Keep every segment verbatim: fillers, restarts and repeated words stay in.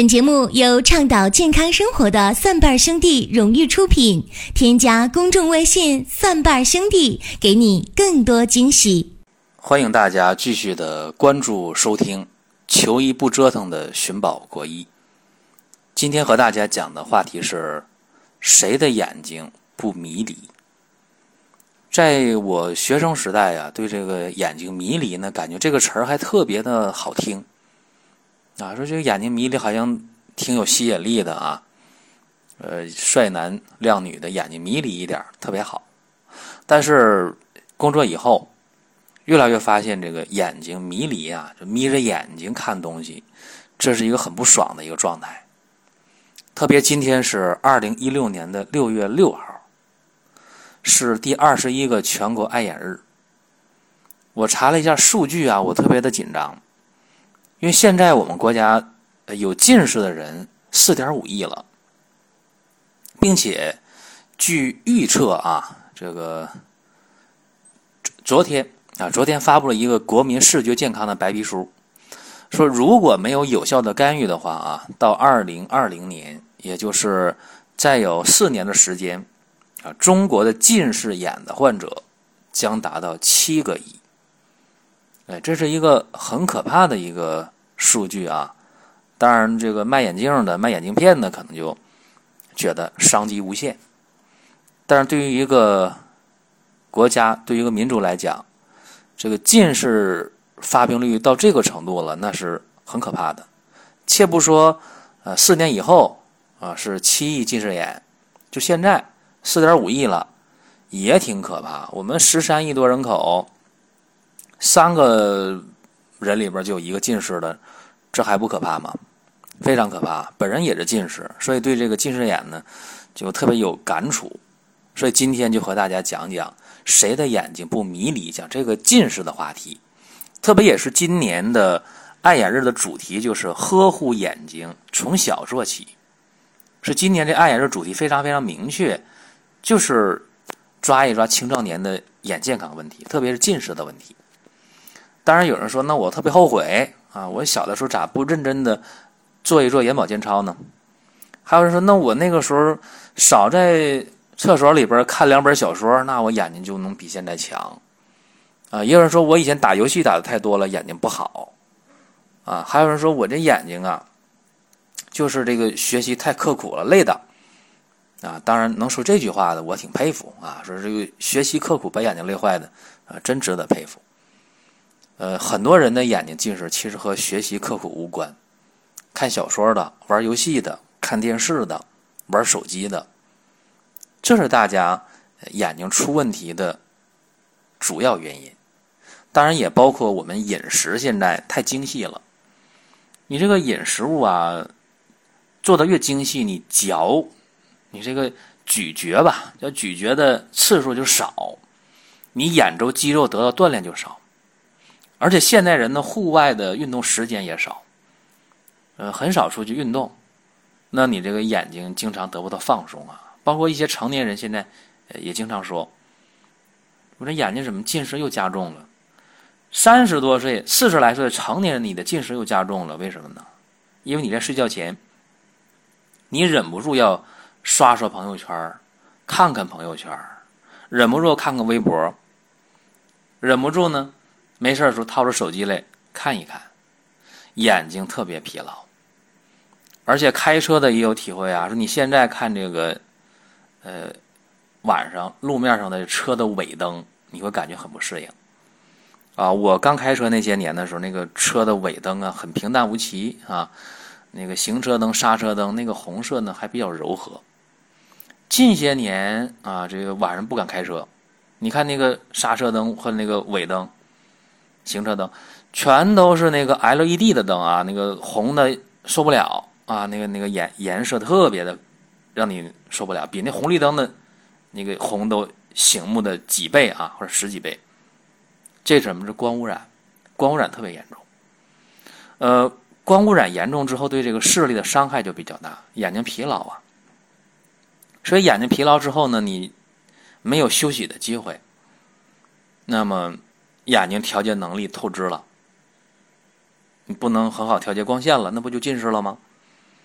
本节目由倡导健康生活的蒜瓣兄弟荣誉出品，添加公众微信蒜瓣兄弟，给你更多惊喜。 欢迎大家继续的关注收听求医不折腾的寻宝国医。今天和大家讲的话题是谁的眼睛不迷离。在我学生时代啊，对这个眼睛迷离呢，感觉这个词儿还特别的好听啊，说这个眼睛迷离好像挺有吸引力的啊，呃，帅男靓女的眼睛迷离一点特别好。但是工作以后，越来越发现这个眼睛迷离啊，就眯着眼睛看东西，这是一个很不爽的一个状态。特别今天是二零一六年的六月六号，是第二十一个全国爱眼日。我查了一下数据啊，我特别的紧张，因为现在我们国家有近视的人 四点五亿了，并且据预测啊，这个昨天啊，昨天发布了一个国民视觉健康的白皮书，说如果没有有效的干预的话啊，到二零二零年，也就是再有四年的时间啊，中国的近视眼的患者将达到七个亿。哎，这是一个很可怕的一个数据啊。当然，这个卖眼镜的、卖眼镜片的可能就觉得商机无限，但是对于一个国家、对于一个民族来讲，这个近视发病率到这个程度了，那是很可怕的。且不说，呃，四年以后啊是七亿近视眼，就现在四点五亿了，也挺可怕。我们十三亿多人口，三个人里边就有一个近视的，这还不可怕吗？非常可怕。本人也是近视，所以对这个近视眼呢，就特别有感触。所以今天就和大家讲讲谁的眼睛不迷离，讲这个近视的话题。特别也是今年的爱眼日的主题，就是呵护眼睛，从小做起。是今年这爱眼日主题非常非常明确，就是抓一抓青少年的眼健康问题，特别是近视的问题。当然有人说，那我特别后悔啊，我小的时候咋不认真的做一做眼保健操呢？还有人说，那我那个时候少在厕所里边看两本小说，那我眼睛就能比现在强啊。也有人说，我以前打游戏打的太多了，眼睛不好啊。还有人说，我这眼睛啊，就是这个学习太刻苦了，累的啊。当然能说这句话的，我挺佩服啊。说这个学习刻苦把眼睛累坏的啊，真值得佩服。呃，很多人的眼睛近视其实和学习刻苦无关，看小说的、玩游戏的、看电视的、玩手机的，这是大家眼睛出问题的主要原因。当然也包括我们饮食现在太精细了，你这个饮食物啊做得越精细，你嚼你这个咀嚼吧，要咀嚼的次数就少，你眼周肌肉得到锻炼就少。而且现代人的户外的运动时间也少，呃，很少出去运动，那你这个眼睛经常得不到放松啊。包括一些成年人现在也经常说，我这眼睛怎么近视又加重了？三十多岁、四十来岁的成年人，你的近视又加重了，为什么呢？因为你在睡觉前，你忍不住要刷刷朋友圈，看看朋友圈，忍不住看看微博，忍不住呢没事的时候掏出手机来看一看，眼睛特别疲劳。而且开车的也有体会啊，说你现在看这个呃晚上路面上的车的尾灯，你会感觉很不适应啊。我刚开车那些年的时候，那个车的尾灯啊很平淡无奇啊，那个行车灯、刹车灯那个红色呢还比较柔和。近些年啊，这个晚上不敢开车，你看那个刹车灯和那个尾灯、行车灯全都是那个 L E D 的灯啊，那个红的受不了啊，那个那个颜颜色特别的让你受不了，比那红绿灯的那个红都醒目的几倍啊，或者十几倍。这什么是光污染？光污染特别严重。呃，光污染严重之后，对这个视力的伤害就比较大，眼睛疲劳啊。所以眼睛疲劳之后呢，你没有休息的机会，那么眼睛调节能力透支了，你不能很好调节光线了，那不就近视了吗？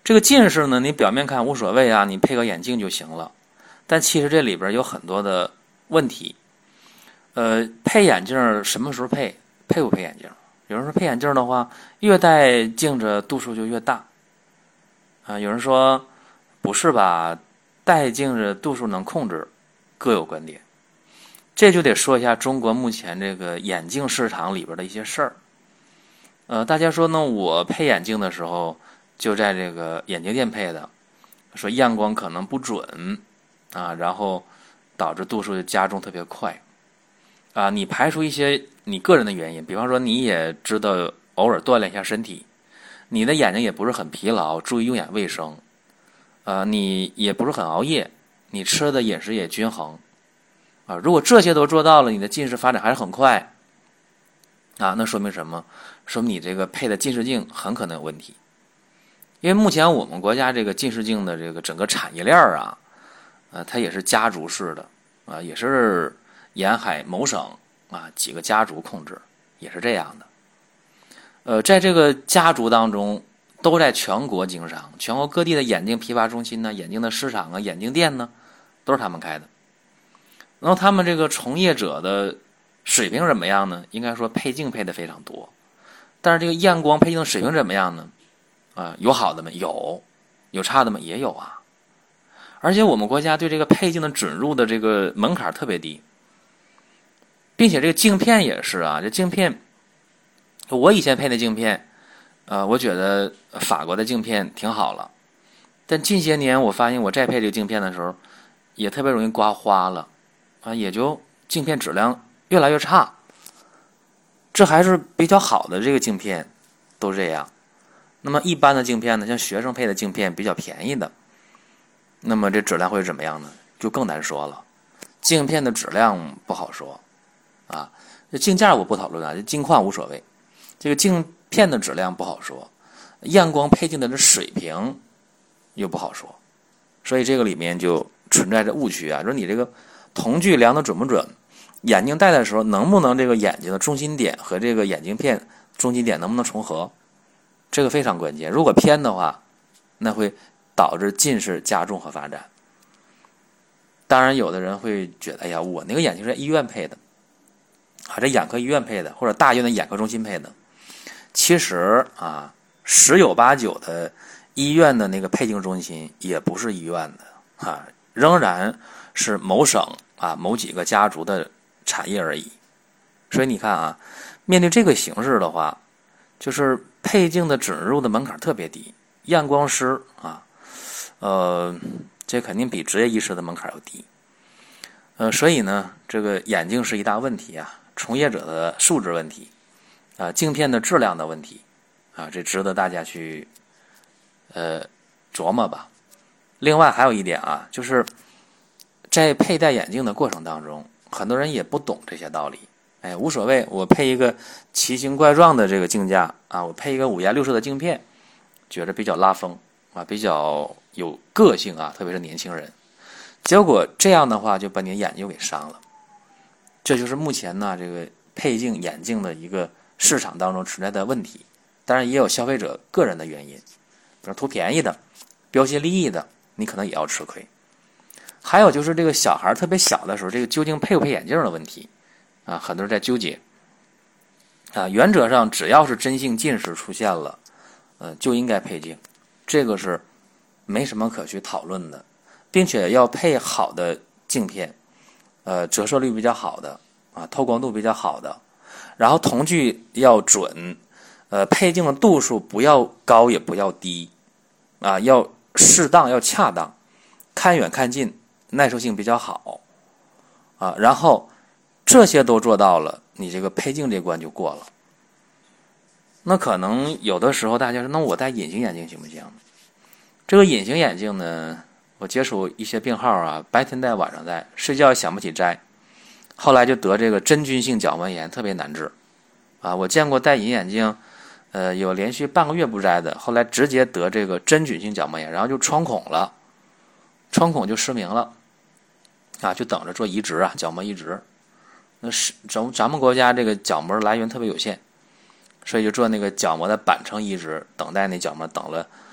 这个近视呢，你表面看无所谓啊，你配个眼镜就行了，但其实这里边有很多的问题。呃，配眼镜什么时候配？配不配眼镜？有人说配眼镜的话，越戴镜子度数就越大。啊，有人说不是吧？戴镜子度数能控制，各有观点。这就得说一下中国目前这个眼镜市场里边的一些事儿。呃，大家说呢，我配眼镜的时候就在这个眼镜店配的，说验光可能不准啊，然后导致度数就加重特别快啊。你排除一些你个人的原因，比方说你也知道偶尔锻炼一下身体，你的眼睛也不是很疲劳，注意用眼卫生，呃，你也不是很熬夜，你吃的饮食也均衡啊。如果这些都做到了，你的近视发展还是很快啊，那说明什么？说明你这个配的近视镜很可能有问题。因为目前我们国家这个近视镜的这个整个产业链啊，呃，它也是家族式的啊，也是沿海某省啊几个家族控制，也是这样的。呃，在这个家族当中，都在全国经商，全国各地的眼镜批发中心呢、眼镜的市场啊、眼镜店呢，都是他们开的。然后他们这个从业者的水平怎么样呢？应该说配镜配的非常多，但是这个验光配镜的水平怎么样呢？啊、呃，有好的吗？有，有差的吗？也有啊。而且我们国家对这个配镜的准入的这个门槛特别低，并且这个镜片也是啊，这镜片，我以前配的镜片，呃，我觉得法国的镜片挺好了，但近些年我发现我再配这个镜片的时候，也特别容易刮花了，啊，也就镜片质量越来越差。这还是比较好的这个镜片都这样。那么一般的镜片呢，像学生配的镜片比较便宜的，那么这质量会怎么样呢？就更难说了。镜片的质量不好说啊，这镜架我不讨论啊，这镜框无所谓。这个镜片的质量不好说，验光配镜的这水平又不好说，所以这个里面就存在着误区啊，说你这个瞳距量的准不准，眼镜戴的时候能不能这个眼睛的中心点和这个眼镜片中心点能不能重合，这个非常关键。如果偏的话，那会导致近视加重和发展。当然有的人会觉得，哎呀，我那个眼镜是在医院配的啊，这眼科医院配的，或者大医院的眼科中心配的。其实啊，十有八九的医院的那个配镜中心也不是医院的啊，仍然是某省啊某几个家族的产业而已。所以你看啊，面对这个形势的话，就是配镜的准入的门槛特别低，验光师啊，呃，这肯定比职业医师的门槛要低。呃，所以呢，这个眼镜是一大问题啊，从业者的素质问题。啊，镜片的质量的问题，啊，这值得大家去呃琢磨吧。另外还有一点啊，就是在佩戴眼镜的过程当中，很多人也不懂这些道理。哎，无所谓，我配一个奇形怪状的这个镜架啊，我配一个五颜六色的镜片，觉得比较拉风啊，比较有个性啊，特别是年轻人。结果这样的话，就把你的眼睛给伤了。这就是目前呢这个配镜眼镜的一个市场当中存在的问题，当然也有消费者个人的原因，比如图便宜的、标新立异的，你可能也要吃亏。还有就是这个小孩特别小的时候，这个究竟配不配眼镜的问题啊，很多人在纠结啊。原则上，只要是真性近视出现了，呃，就应该配镜，这个是没什么可去讨论的，并且要配好的镜片，呃，折射率比较好的啊，透光度比较好的。然后瞳距要准，呃，配镜的度数不要高也不要低，啊，要适当要恰当，看远看近，耐受性比较好，啊，然后这些都做到了，你这个配镜这关就过了。那可能有的时候大家说，那我戴隐形眼镜行不行？这个隐形眼镜呢，我接触一些病号啊，白天戴晚上戴，睡觉想不起摘。后来就得这个真菌性角膜炎，特别难治，啊，我见过戴隐形眼镜，呃，有连续半个月不摘的，后来直接得这个真菌性角膜炎，然后就穿孔了，穿孔就失明了，啊，就等着做移植啊，角膜移植。那是咱咱们国家这个角膜来源特别有限，所以就做那个角膜的板层移植，等待那角膜等了，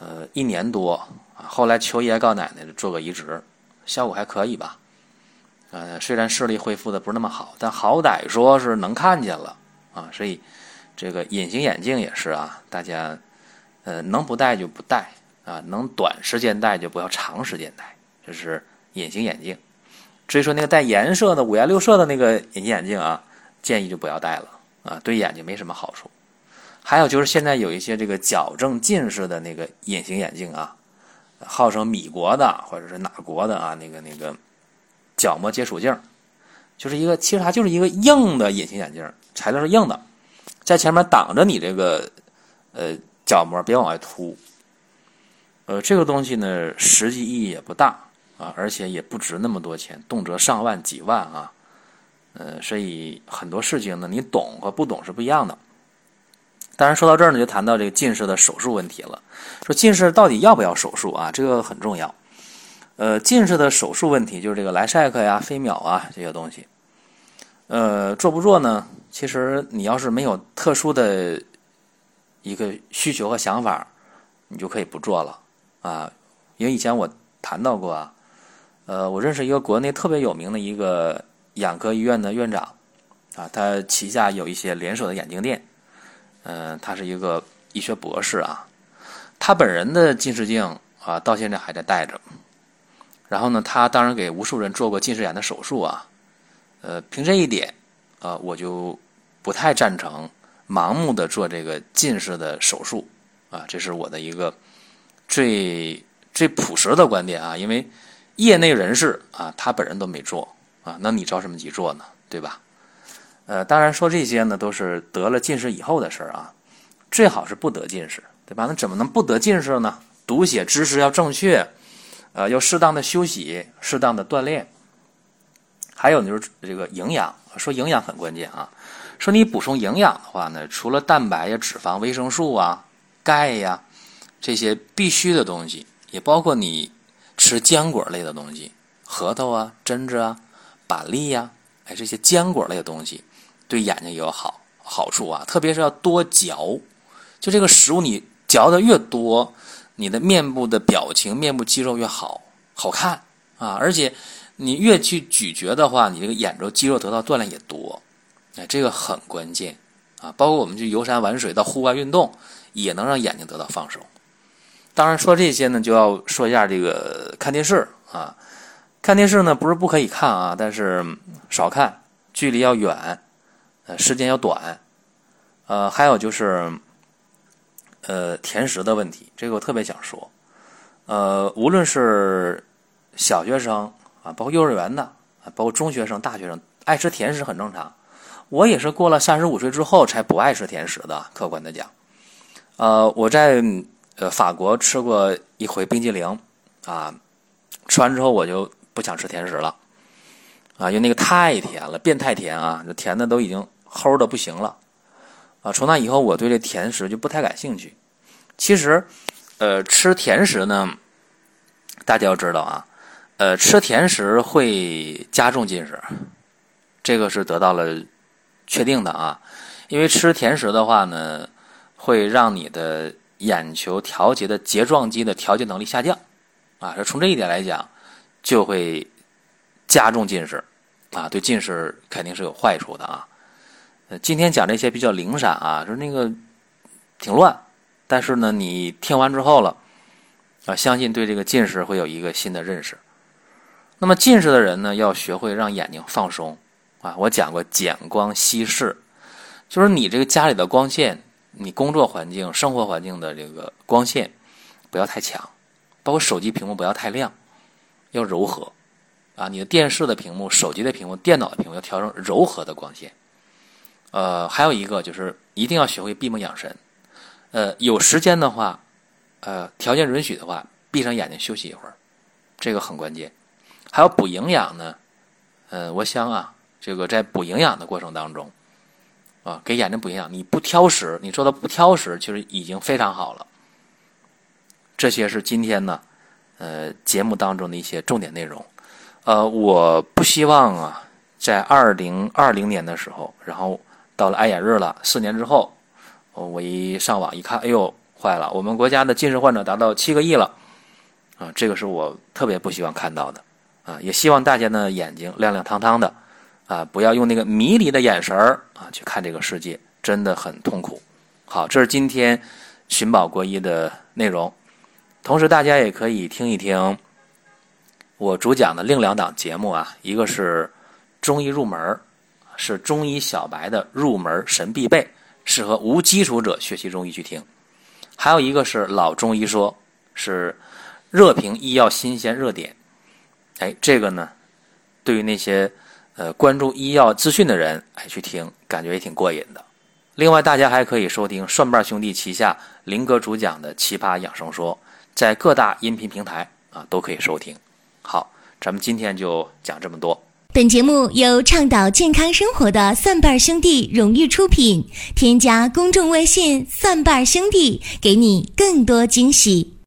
呃一年多啊，后来求爷爷告奶奶做个移植，效果还可以吧。呃，虽然视力恢复的不是那么好，但好歹说是能看见了啊。所以这个隐形眼镜也是啊，大家呃能不戴就不戴啊，能短时间戴就不要长时间戴，这是隐形眼镜。至于说那个带颜色的五颜六色的那个隐形眼镜啊，建议就不要戴了啊，对眼睛没什么好处。还有就是现在有一些这个矫正近视的那个隐形眼镜啊，号称米国的或者是哪国的啊，那个那个角膜接触镜，就是一个其实它就是一个硬的隐形眼镜，材料是硬的，在前面挡着你这个呃角膜别往外凸。呃，这个东西呢实际意义也不大啊，而且也不值那么多钱，动辄上万几万啊。呃，所以很多事情呢，你懂和不懂是不一样的。当然说到这儿呢，就谈到这个近视的手术问题了。说近视到底要不要手术啊？这个很重要。呃，近视的手术问题就是这个莱赛克呀、飞秒啊这些东西。呃，做不做呢？其实你要是没有特殊的一个需求和想法，你就可以不做了啊。因为以前我谈到过啊，呃，我认识一个国内特别有名的一个眼科医院的院长啊，他旗下有一些连锁的眼镜店。嗯、呃，他是一个医学博士啊，他本人的近视镜啊，到现在还在戴着。然后呢，他当然给无数人做过近视眼的手术啊。呃，凭这一点啊，我就不太赞成盲目的做这个近视的手术啊，这是我的一个最最朴实的观点啊。因为业内人士啊，他本人都没做啊，那你着什么急做呢？对吧？呃，当然说这些呢，都是得了近视以后的事儿啊，最好是不得近视，对吧？那怎么能不得近视呢？读写知识要正确，呃，要适当的休息，适当的锻炼。还有就是这个营养，说营养很关键啊。说你补充营养的话呢，除了蛋白呀、脂肪、维生素啊、钙呀这些必须的东西，也包括你吃坚果类的东西，核桃啊、榛子啊、板栗呀，哎，这些坚果类的东西。对眼睛也有好好处啊，特别是要多嚼，就这个食物你嚼的越多，你的面部的表情、面部肌肉越好好看啊，而且你越去咀嚼的话，你这个眼周肌肉得到锻炼也多，哎，这个很关键啊。包括我们去游山玩水到户外运动，也能让眼睛得到放松。当然说这些呢，就要说一下这个看电视啊，看电视呢不是不可以看啊，但是少看，距离要远。呃，时间要短，呃，还有就是，呃，甜食的问题，这个我特别想说，呃，无论是小学生啊，包括幼儿园的，啊，包括中学生、大学生，爱吃甜食很正常。我也是过了三十五岁之后才不爱吃甜食的，客观的讲，呃，我在呃法国吃过一回冰激凌，啊，吃完之后我就不想吃甜食了。啊，因为那个太甜了，变态甜啊，这甜的都已经齁的不行了，啊，从那以后我对这甜食就不太感兴趣。其实，呃，吃甜食呢，大家要知道啊，呃，吃甜食会加重近视，这个是得到了确定的啊。因为吃甜食的话呢，会让你的眼球调节的睫状肌的调节能力下降，啊，从这一点来讲，就会加重近视，啊，对近视肯定是有坏处的啊。呃，今天讲这些比较零散啊，说那个挺乱，但是呢，你听完之后了，啊，相信对这个近视会有一个新的认识。那么近视的人呢，要学会让眼睛放松啊。我讲过减光稀释，就是你这个家里的光线，你工作环境、生活环境的这个光线不要太强，包括手机屏幕不要太亮，要柔和。啊，你的电视的屏幕、手机的屏幕、电脑的屏幕要调成柔和的光线。呃，还有一个就是一定要学会闭目养神。呃，有时间的话，呃，条件允许的话，闭上眼睛休息一会儿，这个很关键。还有补营养呢，呃，我想啊，这个在补营养的过程当中，啊，给眼睛补营养，你不挑食，你做到不挑食，其实已经非常好了。这些是今天呢，呃，节目当中的一些重点内容。呃，我不希望啊，在二零二零年的时候，然后到了爱眼日了，四年之后，我一上网一看，哎呦， 坏了，我们国家的近视患者达到七个亿了啊，这个是我特别不希望看到的啊，也希望大家呢眼睛亮亮堂堂的啊，不要用那个迷离的眼神儿啊去看这个世界，真的很痛苦。好，这是今天寻宝国医的内容，同时大家也可以听一听我主讲的另两档节目啊，一个是中医入门，是中医小白的入门神必备，适合无基础者学习中医去听。还有一个是老中医说，是热评医药新鲜热点。哎，这个呢，对于那些呃关注医药资讯的人，哎去听，感觉也挺过瘾的。另外，大家还可以收听蒜瓣兄弟旗下林哥主讲的奇葩养生说，在各大音频平台啊都可以收听。好，咱们今天就讲这么多。 本节目由倡导健康生活的蒜瓣兄弟荣誉出品，添加公众微信蒜瓣兄弟，给你更多惊喜。